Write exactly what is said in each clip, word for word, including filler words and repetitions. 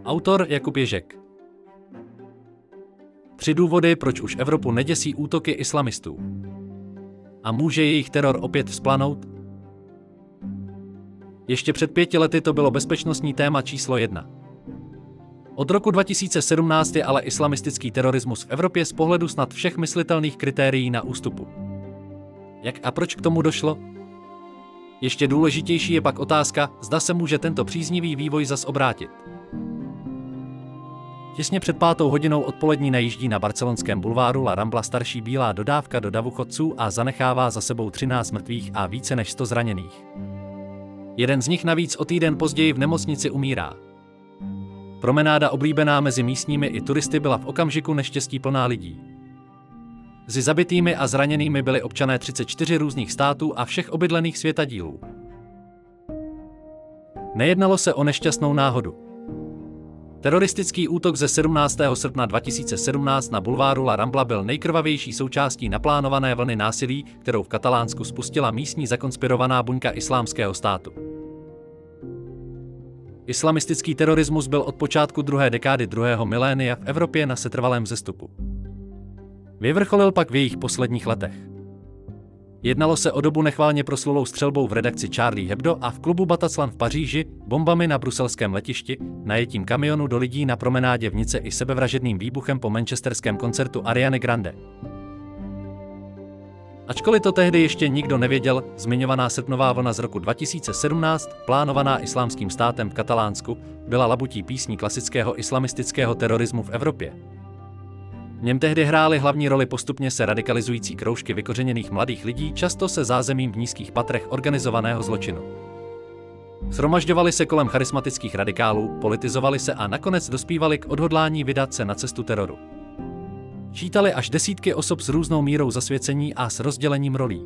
Autor Jakub Ježek. Tři důvody, proč už Evropu neděsí útoky islamistů. A může jejich teror opět vzplanout? Ještě před pěti lety to bylo bezpečnostní téma číslo jedna. Od roku dva tisíce sedmnáct je ale islamistický terorismus v Evropě z pohledu snad všech myslitelných kritérií na ústupu. Jak a proč k tomu došlo? Ještě důležitější je pak otázka, zda se může tento příznivý vývoj zas obrátit. Těsně před pátou hodinou odpolední najíždí na barcelonském bulváru La Rambla starší bílá dodávka do davu chodců a zanechává za sebou třináct mrtvých a více než sto zraněných. Jeden z nich navíc o týden později v nemocnici umírá. Promenáda oblíbená mezi místními i turisty byla v okamžiku neštěstí plná lidí. Mezi zabitými a zraněnými byli občané třiceti čtyř různých států a všech obydlených světadílů. Nejednalo se o nešťastnou náhodu. Teroristický útok ze sedmnáctého srpna dva tisíce sedmnáct na bulváru La Rambla byl nejkrvavější součástí naplánované vlny násilí, kterou v Katalánsku spustila místní zakonspirovaná buňka Islámského státu. Islamistický terorismus byl od počátku druhé dekády druhého milénia v Evropě na setrvalém vzestupu. Vyvrcholil pak v jejich posledních letech. Jednalo se o dobu nechválně proslulou střelbou v redakci Charlie Hebdo a v klubu Bataclan v Paříži, bombami na bruselském letišti, najetím kamionu do lidí na promenádě v Nice i sebevražedným výbuchem po manchesterském koncertu Ariany Grande. Ačkoliv to tehdy ještě nikdo nevěděl, zmiňovaná srpnová vlna z roku dva tisíce sedmnáct, plánovaná Islámským státem v Katalánsku, byla labutí písní klasického islamistického terorismu v Evropě. V něm tehdy hrály hlavní roli postupně se radikalizující kroužky vykořeněných mladých lidí, často se zázemím v nízkých patrech organizovaného zločinu. Shromažďovali se kolem charismatických radikálů, politizovali se a nakonec dospívali k odhodlání vydat se na cestu teroru. Čítali až desítky osob s různou mírou zasvěcení a s rozdělením rolí.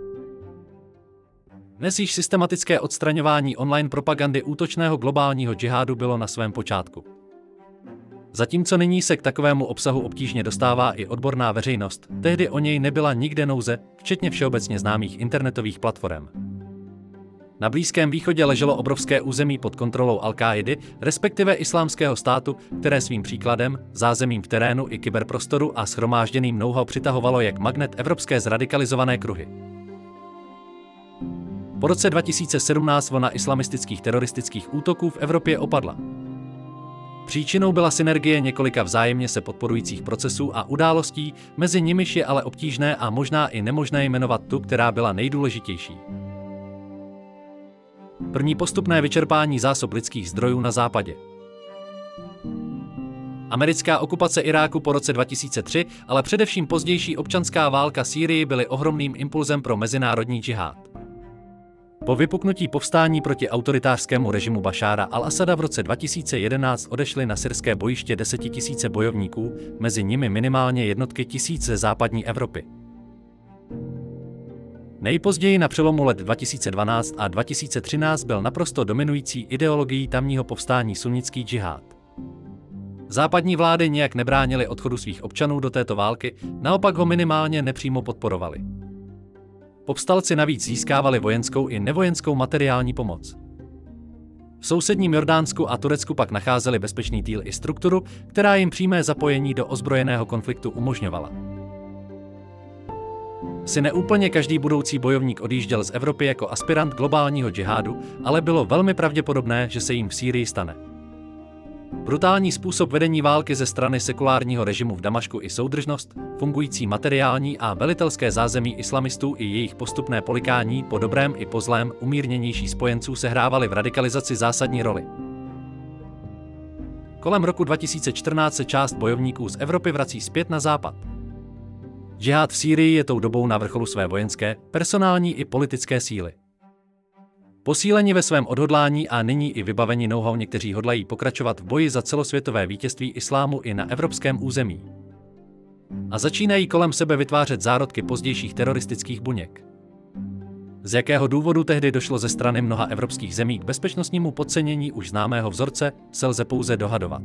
Dnes již systematické odstraňování online propagandy útočného globálního džihádu bylo na svém počátku. Zatímco nyní se k takovému obsahu obtížně dostává i odborná veřejnost, tehdy o něj nebyla nikde nouze, včetně všeobecně známých internetových platform. Na Blízkém východě leželo obrovské území pod kontrolou Al-Káidy, respektive Islámského státu, které svým příkladem, zázemím v terénu i kyberprostoru a shromážděným know-how přitahovalo jak magnet evropské zradikalizované kruhy. Po roce dva tisíce sedmnáct vlna islamistických teroristických útoků v Evropě opadla. Příčinou byla synergie několika vzájemně se podporujících procesů a událostí, mezi nimiž je ale obtížné a možná i nemožné jmenovat tu, která byla nejdůležitější. První postupné vyčerpání zásob lidských zdrojů na západě. Americká okupace Iráku po roce dva tisíce tři, ale především pozdější občanská válka Sýrii byly ohromným impulzem pro mezinárodní džihád. Po vypuknutí povstání proti autoritářskému režimu Bašára al-Asada v roce dva tisíce jedenáct odešly na syrské bojiště desetitisíce bojovníků, mezi nimi minimálně jednotky tisíc ze západní Evropy. Nejpozději na přelomu let dva tisíce dvanáct a dva tisíce třináct byl naprosto dominující ideologií tamního povstání sunnický džihád. Západní vlády nijak nebránily odchodu svých občanů do této války, naopak ho minimálně nepřímo podporovali. Povstalci navíc získávali vojenskou i nevojenskou materiální pomoc. V sousedním Jordánsku a Turecku pak nacházeli bezpečný tým i strukturu, která jim přímé zapojení do ozbrojeného konfliktu umožňovala. Si neúplně každý budoucí bojovník odjížděl z Evropy jako aspirant globálního džihádu, ale bylo velmi pravděpodobné, že se jim v Sýrii stane. Brutální způsob vedení války ze strany sekulárního režimu v Damašku i soudržnost, fungující materiální a velitelské zázemí islamistů i jejich postupné polikání po dobrém i po zlém umírněnější spojenců sehrávaly v radikalizaci zásadní roli. Kolem roku dva tisíce čtrnáct se část bojovníků z Evropy vrací zpět na západ. Džihád v Sýrii je tou dobou na vrcholu své vojenské, personální i politické síly. Posíleni ve svém odhodlání a nyní i vybaveni know-how někteří hodlají pokračovat v boji za celosvětové vítězství islámu i na evropském území. A začínají kolem sebe vytvářet zárodky pozdějších teroristických buněk. Z jakého důvodu tehdy došlo ze strany mnoha evropských zemí k bezpečnostnímu podcenění už známého vzorce, se lze pouze dohadovat.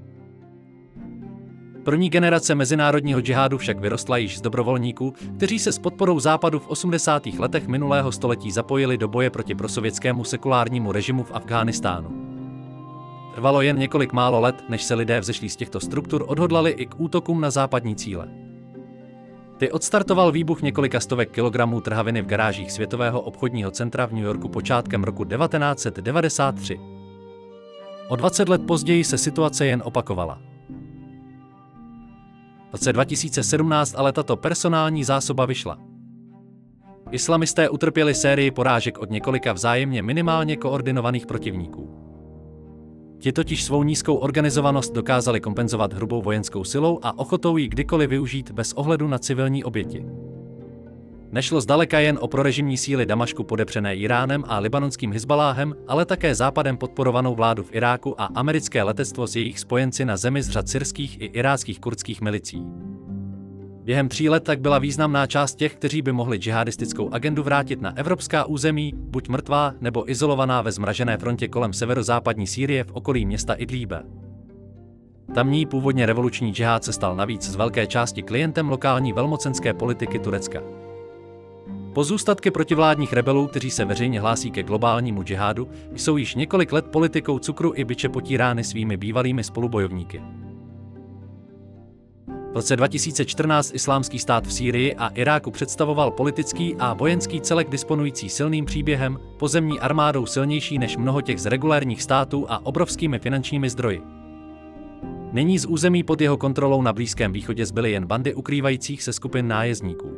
První generace mezinárodního džihádu však vyrostla již z dobrovolníků, kteří se s podporou Západu v osmdesátých letech minulého století zapojili do boje proti prosovětskému sekulárnímu režimu v Afghánistánu. Trvalo jen několik málo let, než se lidé vzešlí z těchto struktur odhodlali i k útokům na západní cíle. Ty odstartoval výbuch několika stovek kilogramů trhaviny v garážích Světového obchodního centra v New Yorku počátkem roku devatenáct set devadesát tři. O dvacet let později se situace jen opakovala. V roce dva tisíce sedmnáct ale tato personální zásoba vyšla. Islamisté utrpěli sérii porážek od několika vzájemně minimálně koordinovaných protivníků. Ti totiž svou nízkou organizovanost dokázali kompenzovat hrubou vojenskou silou a ochotou ji kdykoliv využít bez ohledu na civilní oběti. Nešlo zdaleka jen o prorežimní síly Damašku podepřené Iránem a libanonským Hizbaláhem, ale také Západem podporovanou vládu v Iráku a americké letectvo s jejich spojenci na zemi z řad syrských i iráckých kurdských milicí. Během tří let tak byla významná část těch, kteří by mohli džihadistickou agendu vrátit na evropská území, buď mrtvá nebo izolovaná ve zmražené frontě kolem severozápadní Sýrie v okolí města Idlíbe. Tamní původně revoluční džihád se stal navíc z velké části klientem lokální velmocenské politiky Turecka. Pozůstatky protivládních rebelů, kteří se veřejně hlásí ke globálnímu džihádu, jsou již několik let politikou cukru i biče potírány svými bývalými spolubojovníky. V roce dva tisíce čtrnáct Islámský stát v Sýrii a Iráku představoval politický a vojenský celek disponující silným příběhem, pozemní armádou silnější než mnoho těch z regulérních států a obrovskými finančními zdroji. Nyní z území pod jeho kontrolou na Blízkém východě zbyly jen bandy ukrývajících se skupin nájezdníků.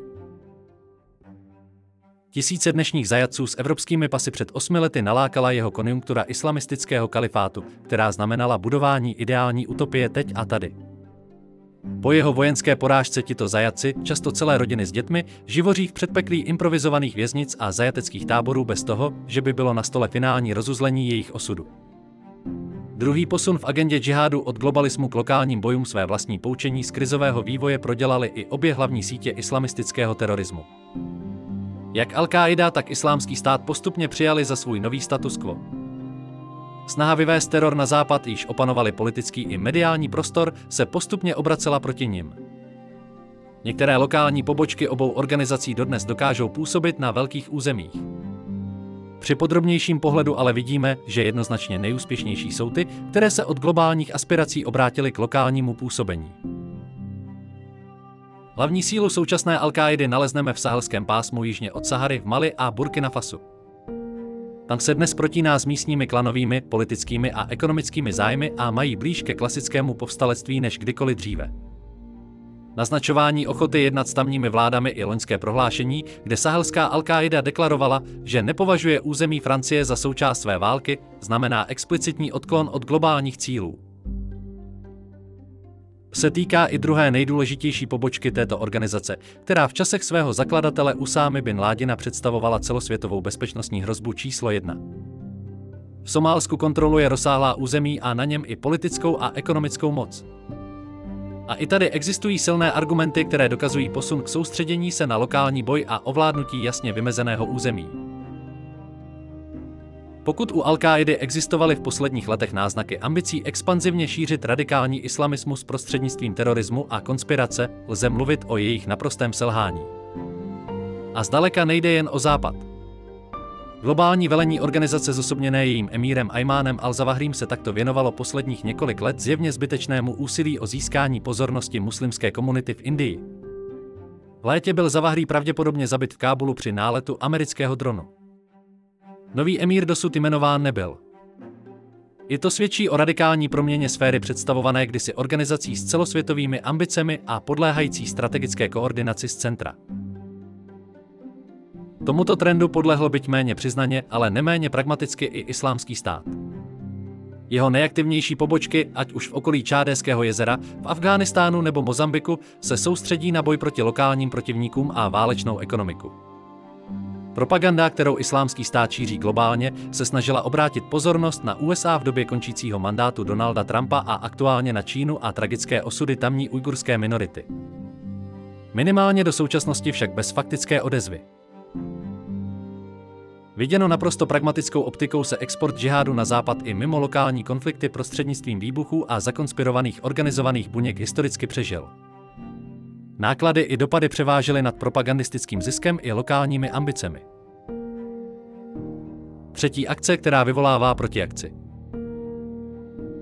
Tisíce dnešních zajatců s evropskými pasy před osmi lety nalákala jeho konjunktura islamistického kalifátu, která znamenala budování ideální utopie teď a tady. Po jeho vojenské porážce tito zajatci, často celé rodiny s dětmi, živoří v předpeklí improvizovaných věznic a zajateckých táborů bez toho, že by bylo na stole finální rozuzlení jejich osudu. Druhý posun v agendě džihádu od globalismu k lokálním bojům své vlastní poučení z krizového vývoje prodělaly i obě hlavní sítě islamistického terorismu. Jak Al-Káida, tak Islámský stát postupně přijali za svůj nový status quo. Snaha vyvést teror na západ, již opanovali politický i mediální prostor, se postupně obracela proti nim. Některé lokální pobočky obou organizací dodnes dokážou působit na velkých územích. Při podrobnějším pohledu ale vidíme, že jednoznačně nejúspěšnější jsou ty, které se od globálních aspirací obrátily k lokálnímu působení. Hlavní sílu současné Al-Káidy nalezneme v sahelském pásmu jižně od Sahary v Mali a Burkina Fasu. Tam se dnes protíná s místními klanovými, politickými a ekonomickými zájmy a mají blíž ke klasickému povstalectví než kdykoliv dříve. Naznačování ochoty jednat s tamními vládami i loňské prohlášení, kde sahelská Al-Káida deklarovala, že nepovažuje území Francie za součást své války, znamená explicitní odklon od globálních cílů. Se týká i druhé nejdůležitější pobočky této organizace, která v časech svého zakladatele Usámy bin Ládina představovala celosvětovou bezpečnostní hrozbu číslo jedna. V Somálsku kontroluje rozsáhlá území a na něm i politickou a ekonomickou moc. A i tady existují silné argumenty, které dokazují posun k soustředění se na lokální boj a ovládnutí jasně vymezeného území. Pokud u Al-Káidy existovaly v posledních letech náznaky ambicí expanzivně šířit radikální islamismus prostřednictvím terorismu a konspirace, lze mluvit o jejich naprostém selhání. A zdaleka nejde jen o Západ. Globální velení organizace zosobněné jejím emírem Ajmánem al-Zawahrím se takto věnovalo posledních několik let zjevně zbytečnému úsilí o získání pozornosti muslimské komunity v Indii. V létě byl Zawahrí pravděpodobně zabit v Kábulu při náletu amerického dronu. Nový emír dosud jmenován nebyl. I to svědčí o radikální proměně sféry představované kdysi organizací s celosvětovými ambicemi a podléhající strategické koordinaci z centra. Tomuto trendu podlehl byť méně přiznaně, ale neméně pragmaticky i Islámský stát. Jeho nejaktivnější pobočky, ať už v okolí Čádéského jezera, v Afghánistánu nebo Mozambiku, se soustředí na boj proti lokálním protivníkům a válečnou ekonomiku. Propaganda, kterou Islámský stát šíří globálně, se snažila obrátit pozornost na U S A v době končícího mandátu Donalda Trumpa a aktuálně na Čínu a tragické osudy tamní ujgurské minority. Minimálně do současnosti však bez faktické odezvy. Viděno naprosto pragmatickou optikou se export džihádu na západ i mimo lokální konflikty prostřednictvím výbuchů a zakonspirovaných organizovaných buněk historicky přežil. Náklady i dopady převážily nad propagandistickým ziskem i lokálními ambicemi. Třetí akce, která vyvolává protiakci.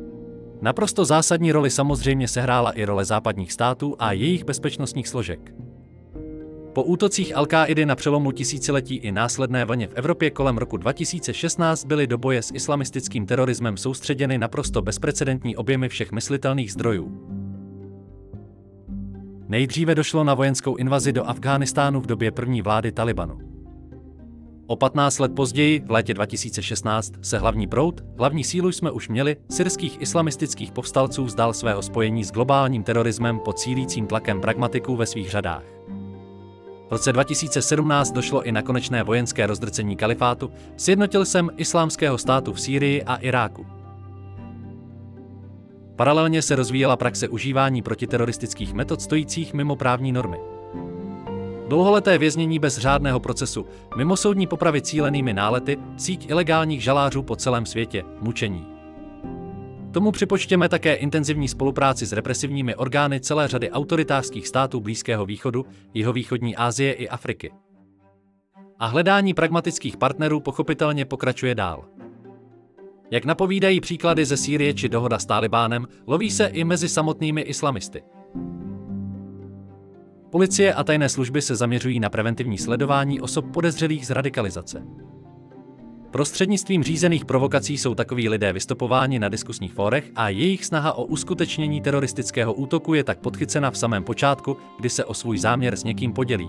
Naprosto zásadní roli samozřejmě sehrála i role západních států a jejich bezpečnostních složek. Po útocích Al-Káidy na přelomu tisíciletí i následné vlně v Evropě kolem roku dva tisíce šestnáct byly do boje s islamistickým terorismem soustředěny naprosto bezprecedentní objemy všech myslitelných zdrojů. Nejdříve došlo na vojenskou invazi do Afghánistánu v době první vlády Talibanu. O patnáct let později, v létě dva tisíce šestnáct, se hlavní proud, hlavní sílu jsme už měli, syrských islamistických povstalců vzdal svého spojení s globálním terorismem pod sílícím tlakem pragmatiků ve svých řadách. V roce dva tisíce sedmnáct došlo i na konečné vojenské rozdrcení kalifátu, sjednotil jsem islámského státu v Sýrii a Iráku. Paralelně se rozvíjela praxe užívání protiteroristických metod stojících mimo právní normy. Dlouholeté věznění bez řádného procesu, mimosoudní popravy cílenými nálety, síť ilegálních žalářů po celém světě, mučení. Tomu připočtěme také intenzivní spolupráci s represivními orgány celé řady autoritářských států Blízkého východu, jihovýchodní Asie i Afriky. A hledání pragmatických partnerů pochopitelně pokračuje dál. Jak napovídají příklady ze Sýrie či dohoda s Talibánem, loví se i mezi samotnými islamisty. Policie a tajné služby se zaměřují na preventivní sledování osob podezřelých z radikalizace. Prostřednictvím řízených provokací jsou takoví lidé vystopováni na diskusních fórech a jejich snaha o uskutečnění teroristického útoku je tak podchycena v samém počátku, kdy se o svůj záměr s někým podělí.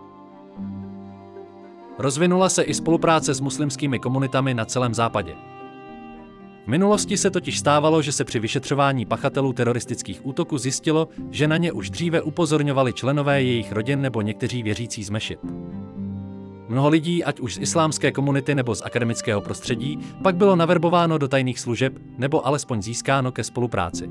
Rozvinula se i spolupráce s muslimskými komunitami na celém západě. V minulosti se totiž stávalo, že se při vyšetřování pachatelů teroristických útoků zjistilo, že na ně už dříve upozorňovali členové jejich rodin nebo někteří věřící z mešit. Mnoho lidí, ať už z islámské komunity nebo z akademického prostředí, pak bylo naverbováno do tajných služeb nebo alespoň získáno ke spolupráci.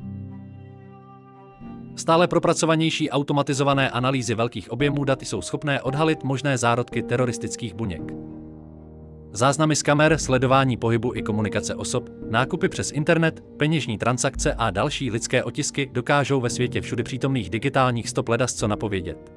Stále propracovanější automatizované analýzy velkých objemů dat jsou schopné odhalit možné zárodky teroristických buněk. Záznamy z kamer, sledování pohybu i komunikace osob, nákupy přes internet, peněžní transakce a další lidské otisky dokážou ve světě všudy přítomných digitálních stop ledasco napovědět.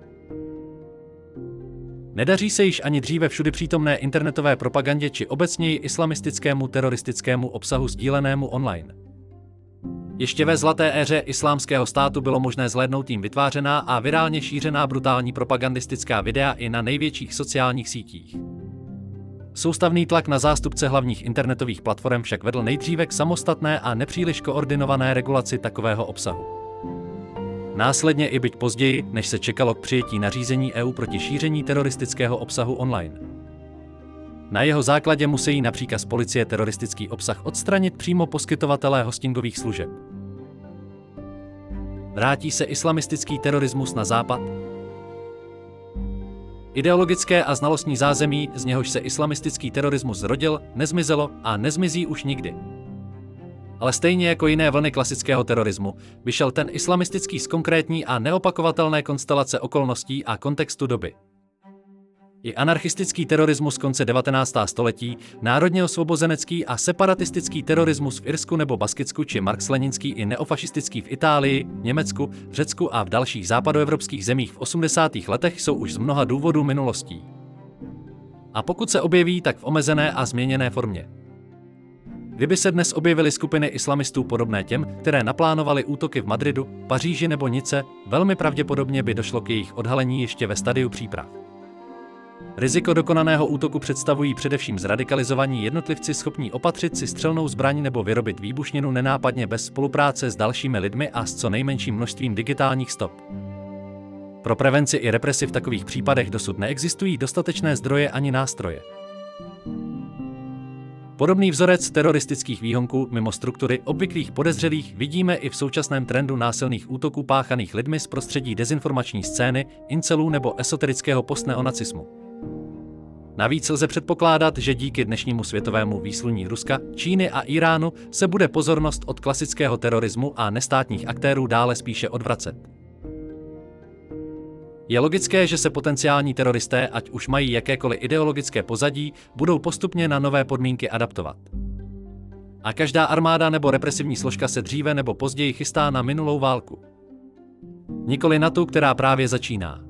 Nedaří se již ani dříve všudy přítomné internetové propagandě či obecněji islamistickému teroristickému obsahu sdílenému online. Ještě ve zlaté éře islámského státu bylo možné zhlédnout jim vytvářená a virálně šířená brutální propagandistická videa i na největších sociálních sítích. Soustavný tlak na zástupce hlavních internetových platform však vedl nejdříve k samostatné a nepříliš koordinované regulaci takového obsahu. Následně i byť později, než se čekalo k přijetí nařízení E U proti šíření teroristického obsahu online. Na jeho základě musí na příkaz policie teroristický obsah odstranit přímo poskytovatelé hostingových služeb. Vrátí se islamistický terorismus na západ? Ideologické a znalostní zázemí, z něhož se islamistický terorismus zrodil, nezmizelo a nezmizí už nikdy. Ale stejně jako jiné vlny klasického terorismu, vyšel ten islamistický z konkrétní a neopakovatelné konstelace okolností a kontextu doby. I anarchistický terorismus konce devatenáctého století, národně osvobozenecký a separatistický terorismus v Irsku nebo Baskicku či marxleninský i neofašistický v Itálii, Německu, Řecku a v dalších západoevropských zemích v osmdesátých letech jsou už z mnoha důvodů minulostí. A pokud se objeví, tak v omezené a změněné formě. Kdyby se dnes objevily skupiny islamistů podobné těm, které naplánovaly útoky v Madridu, Paříži nebo Nice, velmi pravděpodobně by došlo k jejich odhalení ještě ve stadiu příprav. Riziko dokonaného útoku představují především zradikalizovaní jednotlivci schopní opatřit si střelnou zbraň nebo vyrobit výbušninu nenápadně bez spolupráce s dalšími lidmi a s co nejmenším množstvím digitálních stop. Pro prevenci i represi v takových případech dosud neexistují dostatečné zdroje ani nástroje. Podobný vzorec teroristických výhonků mimo struktury obvyklých podezřelých vidíme i v současném trendu násilných útoků páchaných lidmi z prostředí dezinformační scény, incelů nebo esoterického postneonacismu. Navíc lze předpokládat, že díky dnešnímu světovému výsluní Ruska, Číny a Iránu se bude pozornost od klasického terorismu a nestátních aktérů dále spíše odvracet. Je logické, že se potenciální teroristé, ať už mají jakékoliv ideologické pozadí, budou postupně na nové podmínky adaptovat. A každá armáda nebo represivní složka se dříve nebo později chystá na minulou válku. Nikoli na tu, která právě začíná.